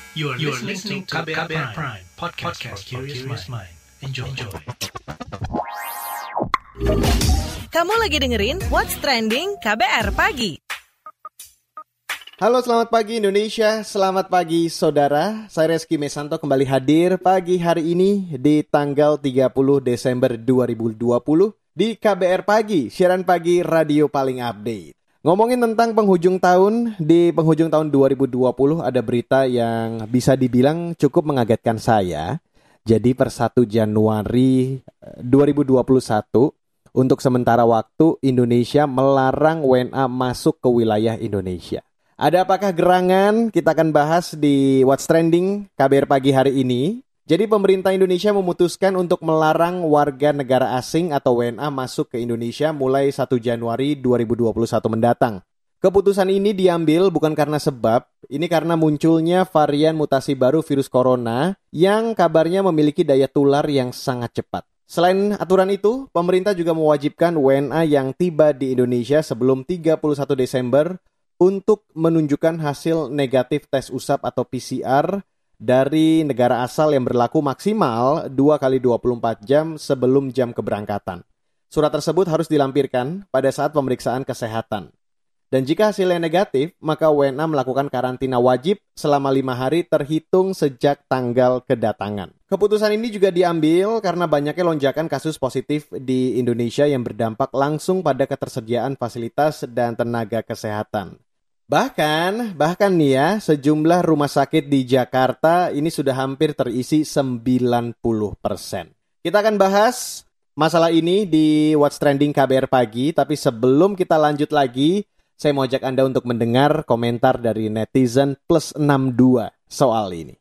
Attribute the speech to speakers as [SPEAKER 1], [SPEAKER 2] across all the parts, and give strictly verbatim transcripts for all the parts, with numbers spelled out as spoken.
[SPEAKER 1] You are listening to K B R Prime, podcast for curious mind. Enjoy. Enjoy.
[SPEAKER 2] Kamu lagi dengerin What's Trending K B R Pagi.
[SPEAKER 3] Halo, selamat pagi Indonesia, selamat pagi saudara. Saya Reski Mesanto kembali hadir pagi hari ini di tanggal tiga puluh Desember dua ribu dua puluh di K B R Pagi, siaran pagi radio paling update. Ngomongin tentang penghujung tahun, di penghujung tahun dua ribu dua puluh ada berita yang bisa dibilang cukup mengagetkan saya. Jadi per satu Januari dua ribu dua puluh satu, untuk sementara waktu Indonesia melarang W N A masuk ke wilayah Indonesia. Ada apakah gerangan? Kita akan bahas di What's Trending K B R Pagi hari ini. Jadi pemerintah Indonesia memutuskan untuk melarang warga negara asing atau W N A masuk ke Indonesia mulai satu Januari dua ribu dua puluh satu mendatang. Keputusan ini diambil bukan karena sebab, ini karena munculnya varian mutasi baru virus corona yang kabarnya memiliki daya tular yang sangat cepat. Selain aturan itu, pemerintah juga mewajibkan W N A yang tiba di Indonesia sebelum tiga puluh satu Desember untuk menunjukkan hasil negatif tes usap atau P C R dari negara asal yang berlaku maksimal dua kali dua puluh empat jam sebelum jam keberangkatan. Surat tersebut harus dilampirkan pada saat pemeriksaan kesehatan. Dan jika hasilnya negatif, maka W N A melakukan karantina wajib selama lima hari terhitung sejak tanggal kedatangan. Keputusan ini juga diambil karena banyaknya lonjakan kasus positif di Indonesia yang berdampak langsung pada ketersediaan fasilitas dan tenaga kesehatan. Bahkan, bahkan nih ya, sejumlah rumah sakit di Jakarta ini sudah hampir terisi sembilan puluh persen. Kita akan bahas masalah ini di What's Trending K B R Pagi, tapi sebelum kita lanjut lagi, saya mau ajak Anda untuk mendengar komentar dari netizen plus enam dua soal ini.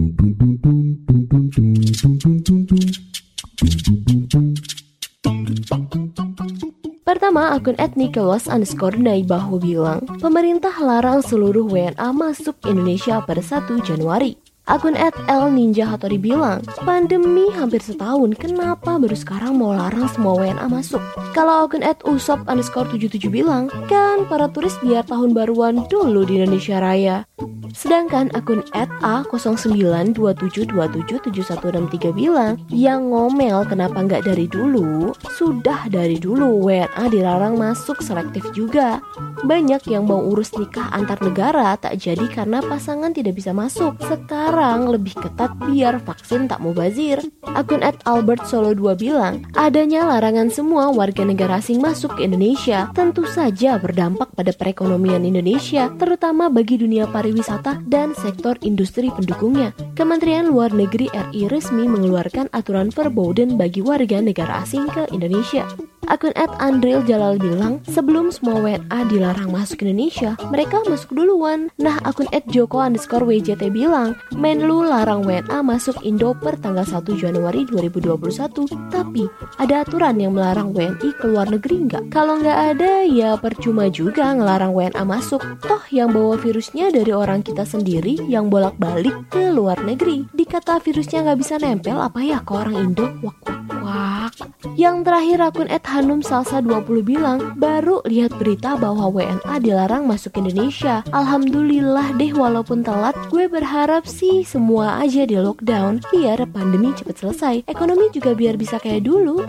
[SPEAKER 4] Pertama, akun etnikawas underscore naibahu bilang, pemerintah larang seluruh W N A masuk Indonesia pada satu Januari. Akun et el ninja hatori bilang, pandemi hampir setahun, kenapa baru sekarang mau larang semua W N A masuk? Kalau akun et usop underscore tujuh tujuh bilang, kan para turis biar tahun baruan dulu di Indonesia Raya. Sedangkan akun et a nol sembilan dua tujuh dua tujuh tujuh satu enam tiga bilang, yang ngomel kenapa nggak dari dulu? Sudah dari dulu W N A dilarang masuk selektif juga. Banyak yang mau urus nikah antar negara tak jadi karena pasangan tidak bisa masuk. Sekarang lebih ketat biar vaksin tak mubazir. Akun et albert solo dua bilang, adanya larangan semua warga negara asing masuk ke Indonesia tentu saja berdampak pada perekonomian Indonesia, terutama bagi dunia pariwisata dan sektor industri pendukungnya. Kementerian Luar Negeri R I resmi mengeluarkan aturan verboden bagi warga negara asing ke Indonesia. Akun et andril jalal bilang, sebelum semua W N A dilarang masuk Indonesia, mereka masuk duluan. Nah, akun et joko underscore W J T bilang, Menlu larang W N A masuk Indo per tanggal satu Januari dua ribu dua puluh satu. Tapi, ada aturan yang melarang W N I ke luar negeri nggak? Kalau nggak ada, ya percuma juga ngelarang W N A masuk. Toh yang bawa virusnya dari orang kita sendiri yang bolak-balik ke luar negeri. Dikata virusnya nggak bisa nempel, apa ya ke orang Indo? Wak wak wak. Yang terakhir akun et Hanum Salsa dua puluh bilang, baru lihat berita bahwa W N A dilarang masuk Indonesia. Alhamdulillah deh walaupun telat, gue berharap sih semua aja di lockdown biar pandemi cepet selesai. Ekonomi juga biar bisa kayak dulu.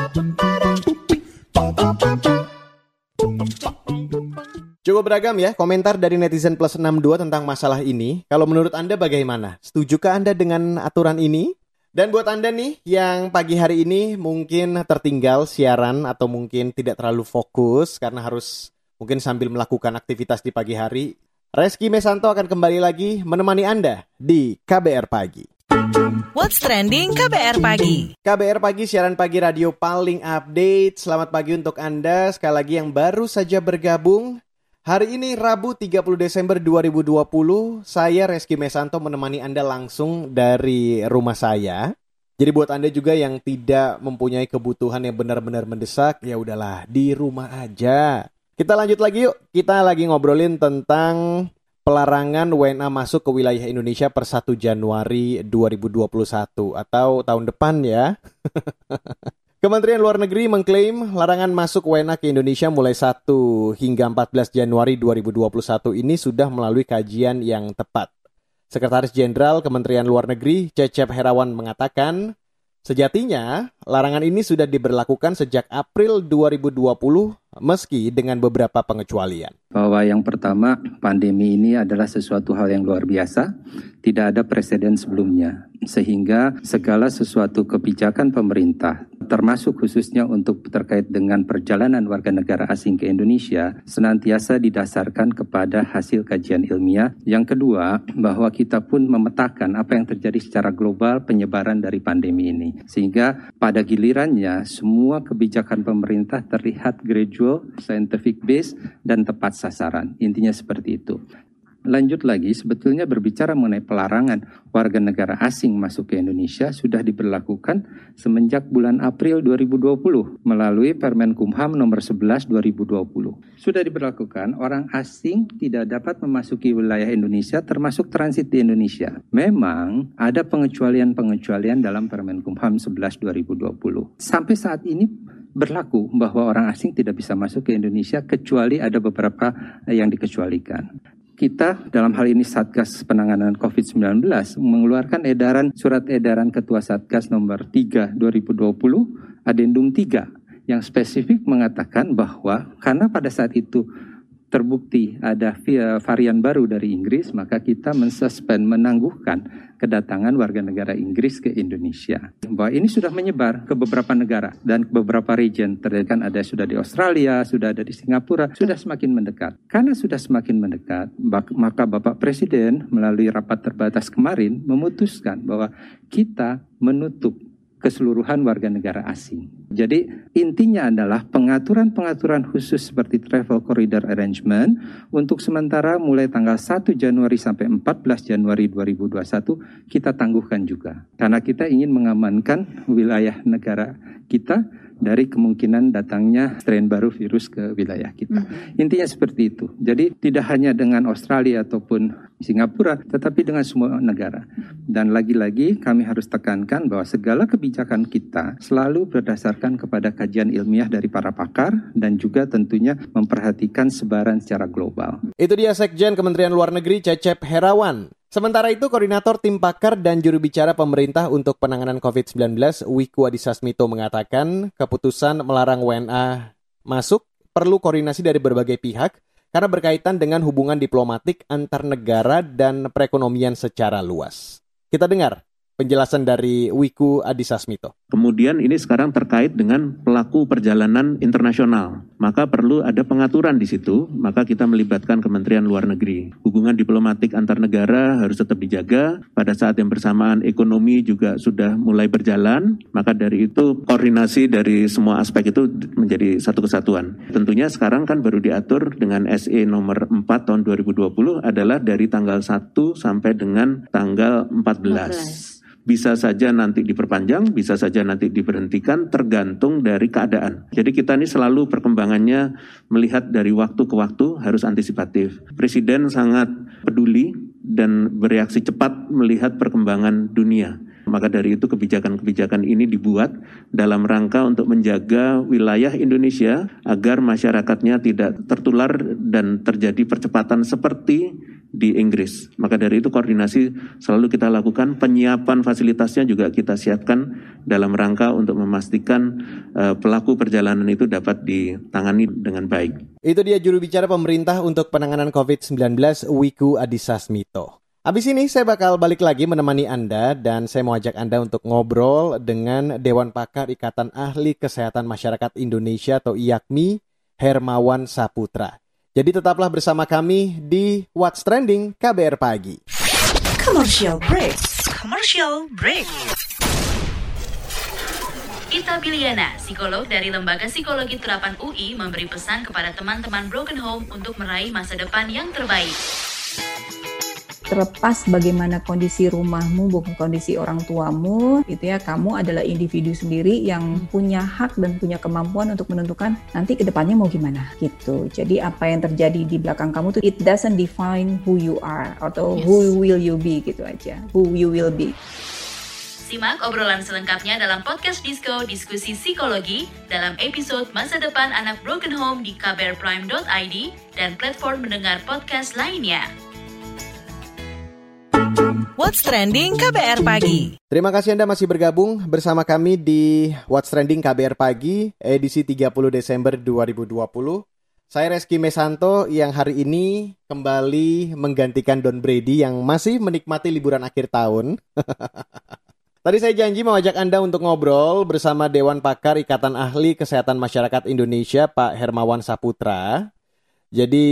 [SPEAKER 3] Cukup beragam ya komentar dari netizen plus enam dua tentang masalah ini. Kalau menurut Anda bagaimana? Setujukah Anda dengan aturan ini? Dan buat Anda nih yang pagi hari ini mungkin tertinggal siaran atau mungkin tidak terlalu fokus karena harus mungkin sambil melakukan aktivitas di pagi hari, Reski Mesanto akan kembali lagi menemani Anda di K B R Pagi.
[SPEAKER 2] What's Trending K B R Pagi.
[SPEAKER 3] K B R Pagi, siaran pagi radio paling update. Selamat pagi untuk Anda sekali lagi yang baru saja bergabung. Hari ini Rabu tiga puluh Desember dua ribu dua puluh, saya Reski Mesanto menemani Anda langsung dari rumah saya. Jadi buat Anda juga yang tidak mempunyai kebutuhan yang benar-benar mendesak, ya udahlah di rumah aja. Kita lanjut lagi yuk. Kita lagi ngobrolin tentang pelarangan W N A masuk ke wilayah Indonesia per satu Januari dua ribu dua puluh satu atau tahun depan ya. Kementerian Luar Negeri mengklaim larangan masuk W N A ke Indonesia mulai satu hingga empat belas Januari dua ribu dua puluh satu ini sudah melalui kajian yang tepat. Sekretaris Jenderal Kementerian Luar Negeri Cecep Herawan mengatakan, sejatinya larangan ini sudah diberlakukan sejak April dua ribu dua puluh meski dengan beberapa pengecualian.
[SPEAKER 5] Bahwa yang pertama, pandemi ini adalah sesuatu hal yang luar biasa, tidak ada preseden sebelumnya, sehingga segala sesuatu kebijakan pemerintah, termasuk khususnya untuk terkait dengan perjalanan warga negara asing ke Indonesia, senantiasa didasarkan kepada hasil kajian ilmiah. Yang kedua, bahwa kita pun memetakan apa yang terjadi secara global penyebaran dari pandemi ini, sehingga pada gilirannya semua kebijakan pemerintah terlihat gradual, scientific based, dan tepat sasaran. Intinya seperti itu. Lanjut lagi, sebetulnya berbicara mengenai pelarangan warga negara asing masuk ke Indonesia sudah diberlakukan semenjak bulan April dua ribu dua puluh melalui Permenkumham nomor sebelas dua ribu dua puluh. Sudah diberlakukan, orang asing tidak dapat memasuki wilayah Indonesia termasuk transit di Indonesia. Memang ada pengecualian-pengecualian dalam Permenkumham sebelas dua ribu dua puluh. Sampai saat ini berlaku bahwa orang asing tidak bisa masuk ke Indonesia kecuali ada beberapa yang dikecualikan. Kita dalam hal ini Satgas Penanganan covid sembilan belas mengeluarkan edaran surat edaran Ketua Satgas nomor tiga dua ribu dua puluh Adendum tiga yang spesifik mengatakan bahwa karena pada saat itu terbukti ada varian baru dari Inggris, maka kita mensuspend, menangguhkan kedatangan warga negara Inggris ke Indonesia. Bahwa ini sudah menyebar ke beberapa negara dan ke beberapa region. Terlihat kan ada sudah di Australia, sudah ada di Singapura, sudah semakin mendekat. Karena sudah semakin mendekat, maka Bapak Presiden melalui rapat terbatas kemarin memutuskan bahwa kita menutup keseluruhan warga negara asing. Jadi intinya adalah pengaturan-pengaturan khusus seperti Travel Corridor Arrangement untuk sementara mulai tanggal satu Januari sampai empat belas Januari dua ribu dua puluh satu kita tangguhkan juga. Karena kita ingin mengamankan wilayah negara kita dari kemungkinan datangnya strain baru virus ke wilayah kita. Mm-hmm. Intinya seperti itu. Jadi tidak hanya dengan Australia ataupun Singapura, tetapi dengan semua negara. Dan lagi-lagi kami harus tekankan bahwa segala kebijakan kita selalu berdasarkan kepada kajian ilmiah dari para pakar dan juga tentunya memperhatikan sebaran secara global.
[SPEAKER 3] Itu dia Sekjen Kementerian Luar Negeri Cecep Herawan. Sementara itu, Koordinator Tim Pakar dan Juru Bicara Pemerintah untuk Penanganan covid sembilan belas, Wiku Adhisa Smito mengatakan keputusan melarang W N A masuk perlu koordinasi dari berbagai pihak karena berkaitan dengan hubungan diplomatik antar negara dan perekonomian secara luas. Kita dengar penjelasan dari Wiku Adhisa Smito.
[SPEAKER 6] Kemudian ini sekarang terkait dengan pelaku perjalanan internasional. Maka perlu ada pengaturan di situ, maka kita melibatkan Kementerian Luar Negeri. Hubungan diplomatik antar negara harus tetap dijaga. Pada saat yang bersamaan ekonomi juga sudah mulai berjalan, maka dari itu koordinasi dari semua aspek itu menjadi satu kesatuan. Tentunya sekarang kan baru diatur dengan S E nomor empat tahun dua ribu dua puluh adalah dari tanggal satu sampai dengan tanggal empat belas. Bisa saja nanti diperpanjang, bisa saja nanti diberhentikan, tergantung dari keadaan. Jadi kita ini selalu perkembangannya melihat dari waktu ke waktu, harus antisipatif. Presiden sangat peduli dan bereaksi cepat melihat perkembangan dunia. Maka dari itu kebijakan-kebijakan ini dibuat dalam rangka untuk menjaga wilayah Indonesia agar masyarakatnya tidak tertular dan terjadi percepatan seperti di Inggris. Maka dari itu koordinasi selalu kita lakukan, penyiapan fasilitasnya juga kita siapkan dalam rangka untuk memastikan uh, pelaku perjalanan itu dapat ditangani dengan baik.
[SPEAKER 3] Itu dia juru bicara pemerintah untuk penanganan covid sembilan belas, Wiku Adhisa Smito. Habis ini saya bakal balik lagi menemani Anda dan saya mau ajak Anda untuk ngobrol dengan Dewan Pakar Ikatan Ahli Kesehatan Masyarakat Indonesia atau I A K M I, Hermawan Saputra. Jadi tetaplah bersama kami di What's Trending K B R Pagi.
[SPEAKER 2] Commercial break. Commercial break.
[SPEAKER 7] Ita Biliana, psikolog dari Lembaga Psikologi Terapan U I, memberi pesan kepada teman-teman Broken Home untuk meraih masa depan yang terbaik.
[SPEAKER 8] Terlepas bagaimana kondisi rumahmu, bukan kondisi orang tuamu, gitu ya, kamu adalah individu sendiri yang punya hak dan punya kemampuan untuk menentukan nanti ke depannya mau gimana, gitu. Jadi apa yang terjadi di belakang kamu tuh, it doesn't define who you are atau yes. who will you be, gitu aja, who you will be.
[SPEAKER 7] Simak obrolan selengkapnya dalam podcast Disko Diskusi Psikologi dalam episode Masa Depan Anak Broken Home di k b r prime dot i d dan platform mendengar podcast lainnya.
[SPEAKER 2] What's Trending K B R Pagi.
[SPEAKER 3] Terima kasih Anda masih bergabung bersama kami di What's Trending K B R Pagi, edisi tiga puluh Desember dua ribu dua puluh. Saya Reski Mesanto yang hari ini kembali menggantikan Don Brady yang masih menikmati liburan akhir tahun. Tadi saya janji mau ajak Anda untuk ngobrol bersama Dewan Pakar Ikatan Ahli Kesehatan Masyarakat Indonesia, Pak Hermawan Saputra. Jadi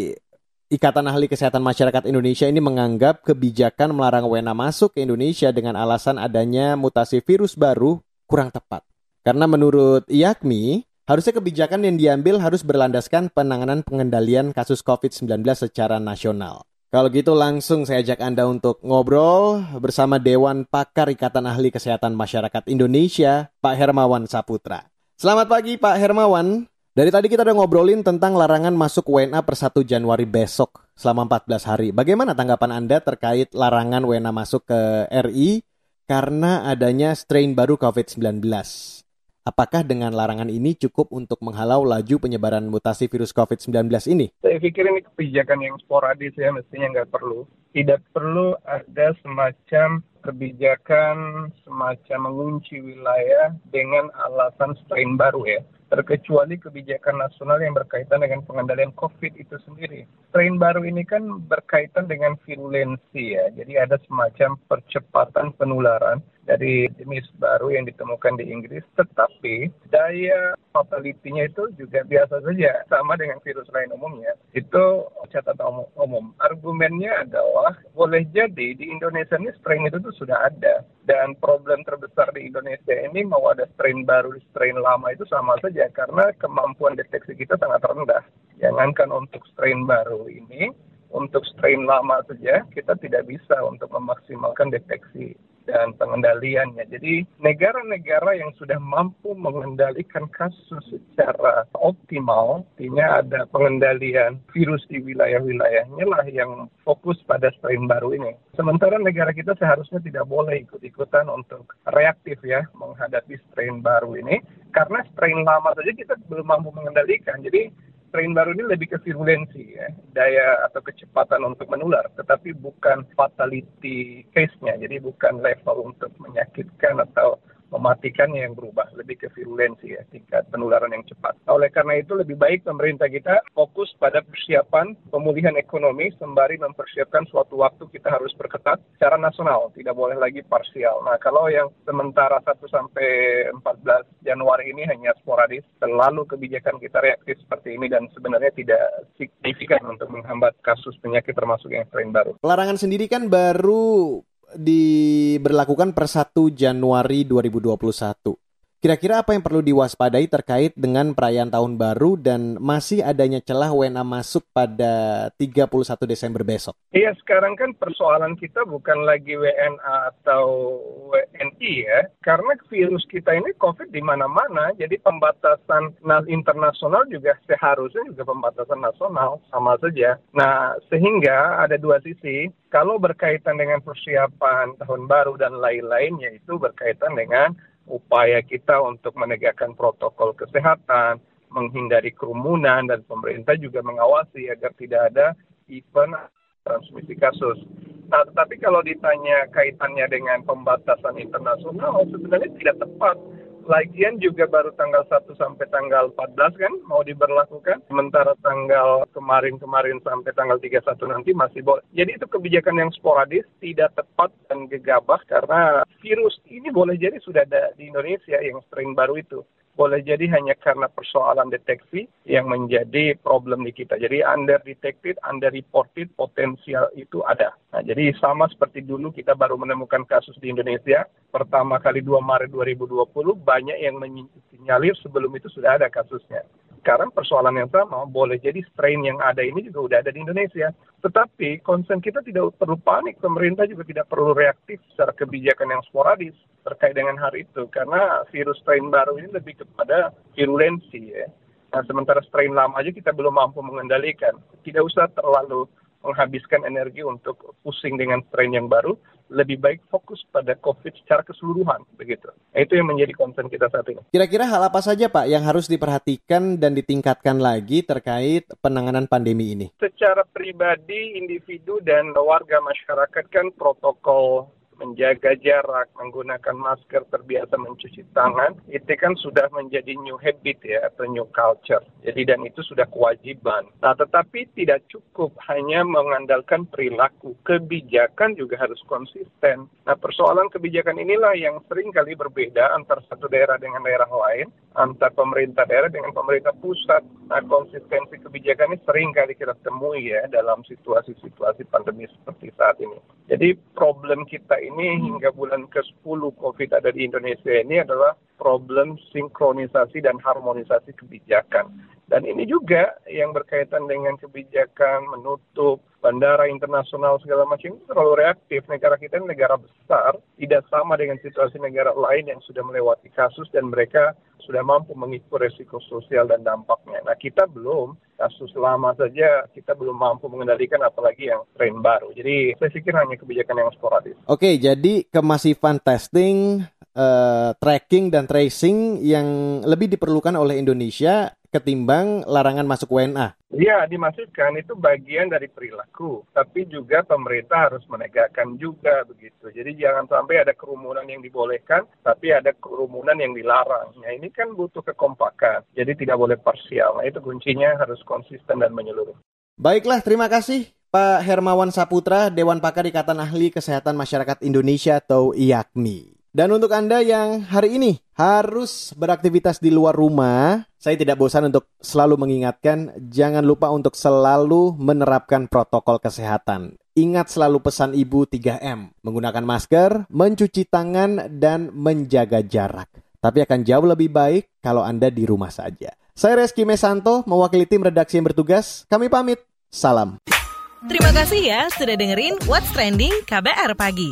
[SPEAKER 3] Ikatan Ahli Kesehatan Masyarakat Indonesia ini menganggap kebijakan melarang W N A masuk ke Indonesia dengan alasan adanya mutasi virus baru kurang tepat. Karena menurut I A K M I, harusnya kebijakan yang diambil harus berlandaskan penanganan pengendalian kasus covid sembilan belas secara nasional. Kalau gitu langsung saya ajak Anda untuk ngobrol bersama Dewan Pakar Ikatan Ahli Kesehatan Masyarakat Indonesia, Pak Hermawan Saputra. Selamat pagi Pak Hermawan. Dari tadi kita udah ngobrolin tentang larangan masuk W N A per satu Januari besok selama empat belas hari. Bagaimana tanggapan Anda terkait larangan W N A masuk ke R I karena adanya strain baru covid sembilan belas? Apakah dengan larangan ini cukup untuk menghalau laju penyebaran mutasi virus covid sembilan belas ini?
[SPEAKER 9] Saya pikir ini kebijakan yang sporadis ya, mestinya nggak perlu. Tidak perlu ada semacam kebijakan, semacam mengunci wilayah dengan alasan strain baru ya. Terkecuali kebijakan nasional yang berkaitan dengan pengendalian COVID itu sendiri. Strain baru ini kan berkaitan dengan virulensi ya, jadi ada semacam percepatan penularan dari jenis baru yang ditemukan di Inggris, tetapi daya fatality-nya itu juga biasa saja, sama dengan virus lain umumnya. Itu catatan umum. Argumennya adalah boleh jadi di Indonesia ini strain itu tuh sudah ada. Dan problem terbesar di Indonesia ini mau ada strain baru, strain lama itu sama saja karena kemampuan deteksi kita sangat rendah. Jangankan untuk strain baru ini, untuk strain lama saja kita tidak bisa untuk memaksimalkan deteksi dan pengendaliannya. Jadi negara-negara yang sudah mampu mengendalikan kasus secara optimal, artinya ada pengendalian virus di wilayah-wilayahnya lah yang fokus pada strain baru ini. Sementara negara kita seharusnya tidak boleh ikut-ikutan untuk reaktif ya menghadapi strain baru ini, karena strain lama saja kita belum mampu mengendalikan. Jadi strain baru ini lebih ke virulensi ya, daya atau kecepatan untuk menular, tetapi bukan fatality case-nya, jadi bukan level untuk menyakitkan atau mematikannya yang berubah, lebih ke virulensi ya, tingkat penularan yang cepat. Oleh karena itu lebih baik pemerintah kita fokus pada persiapan pemulihan ekonomi sembari mempersiapkan suatu waktu kita harus berketat secara nasional, tidak boleh lagi parsial. Nah kalau yang sementara satu sampai empat belas Januari ini hanya sporadis, selalu kebijakan kita reaktif seperti ini dan sebenarnya tidak signifikan untuk menghambat kasus penyakit termasuk yang strain baru.
[SPEAKER 3] Larangan sendiri kan baru diberlakukan per satu Januari dua ribu dua puluh satu. Kira-kira apa yang perlu diwaspadai terkait dengan perayaan tahun baru dan masih adanya celah W N A masuk pada tiga puluh satu Desember besok?
[SPEAKER 9] Iya, sekarang kan persoalan kita bukan lagi W N A atau W N I ya, karena virus kita ini COVID di mana-mana, jadi pembatasan internasional juga seharusnya juga pembatasan nasional, sama saja. Nah, sehingga ada dua sisi. Kalau berkaitan dengan persiapan tahun baru dan lain-lainnya itu berkaitan dengan upaya kita untuk menegakkan protokol kesehatan, menghindari kerumunan, dan pemerintah juga mengawasi agar tidak ada event transmisi kasus. Nah, tetapi kalau ditanya kaitannya dengan pembatasan internasional, sebenarnya tidak tepat. Lagian juga baru tanggal satu sampai tanggal empat belas kan mau diberlakukan. Sementara tanggal kemarin-kemarin sampai tanggal tiga puluh satu nanti masih boleh. Jadi itu kebijakan yang sporadis, tidak tepat dan gegabah karena virus ini boleh jadi sudah ada di Indonesia yang strain baru itu. Boleh jadi hanya karena persoalan deteksi yang menjadi problem di kita. Jadi under-detected, under-reported, potensial itu ada. Nah, jadi sama seperti dulu kita baru menemukan kasus di Indonesia. Pertama kali dua Maret dua ribu dua puluh, banyak yang menyalir sebelum itu sudah ada kasusnya. Sekarang persoalan yang sama, boleh jadi strain yang ada ini juga udah ada di Indonesia. Tetapi concern kita tidak perlu panik, pemerintah juga tidak perlu reaktif secara kebijakan yang sporadis terkait dengan hal itu. Karena virus strain baru ini lebih kepada virulensi ya. Nah, sementara strain lama aja kita belum mampu mengendalikan. Tidak usah terlalu menghabiskan energi untuk pusing dengan strain yang baru, lebih baik fokus pada COVID secara keseluruhan, begitu. Nah, itu yang menjadi concern kita saat ini.
[SPEAKER 3] Kira-kira hal apa saja, Pak, yang harus diperhatikan dan ditingkatkan lagi terkait penanganan pandemi ini?
[SPEAKER 9] Secara pribadi, individu dan warga masyarakat kan protokol menjaga jarak, menggunakan masker, terbiasa mencuci tangan, itu kan sudah menjadi new habit ya, atau new culture. Jadi dan itu sudah kewajiban. Nah, tetapi tidak cukup hanya mengandalkan perilaku. Kebijakan juga harus konsisten. Nah, persoalan kebijakan inilah yang sering kali berbeda antara satu daerah dengan daerah lain, antar pemerintah daerah dengan pemerintah pusat. Nah, konsistensi kebijakan ini sering kali kita temui ya dalam situasi-situasi pandemi seperti saat ini. Jadi problem kita ini hingga bulan ke sepuluh COVID ada di Indonesia ini adalah problem sinkronisasi dan harmonisasi kebijakan. Dan ini juga yang berkaitan dengan kebijakan menutup bandara internasional segala macam itu terlalu reaktif. Negara kita ini negara besar, tidak sama dengan situasi negara lain yang sudah melewati kasus dan mereka sudah mampu mengikut resiko sosial dan dampaknya. Nah, kita belum, kasus lama saja kita belum mampu mengendalikan, apalagi yang strain baru. Jadi saya pikir hanya kebijakan yang sporadis.
[SPEAKER 3] Oke, jadi kemasifan testing, uh, tracking dan tracing yang lebih diperlukan oleh Indonesia ketimbang larangan masuk W N A.
[SPEAKER 9] Ya, dimaksudkan itu bagian dari perilaku, tapi juga pemerintah harus menegakkan juga begitu. Jadi jangan sampai ada kerumunan yang dibolehkan, tapi ada kerumunan yang dilarang. Nah, ini kan butuh kekompakan, jadi tidak boleh parsial. Nah, itu kuncinya harus konsisten dan menyeluruh.
[SPEAKER 3] Baiklah, terima kasih Pak Hermawan Saputra, Dewan Pakar Ikatan Ahli Kesehatan Masyarakat Indonesia atau I A K M I. Dan untuk Anda yang hari ini harus beraktivitas di luar rumah, saya tidak bosan untuk selalu mengingatkan, jangan lupa untuk selalu menerapkan protokol kesehatan. Ingat selalu pesan Ibu tiga M, menggunakan masker, mencuci tangan, dan menjaga jarak. Tapi akan jauh lebih baik kalau Anda di rumah saja. Saya Reski Mesanto, mewakili tim redaksi yang bertugas. Kami pamit, salam.
[SPEAKER 2] Terima kasih ya sudah dengerin What's Trending K B R Pagi.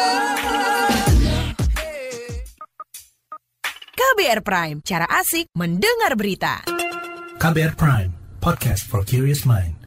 [SPEAKER 2] K B R Prime, cara asik mendengar berita.
[SPEAKER 1] K B R Prime, podcast for curious mind.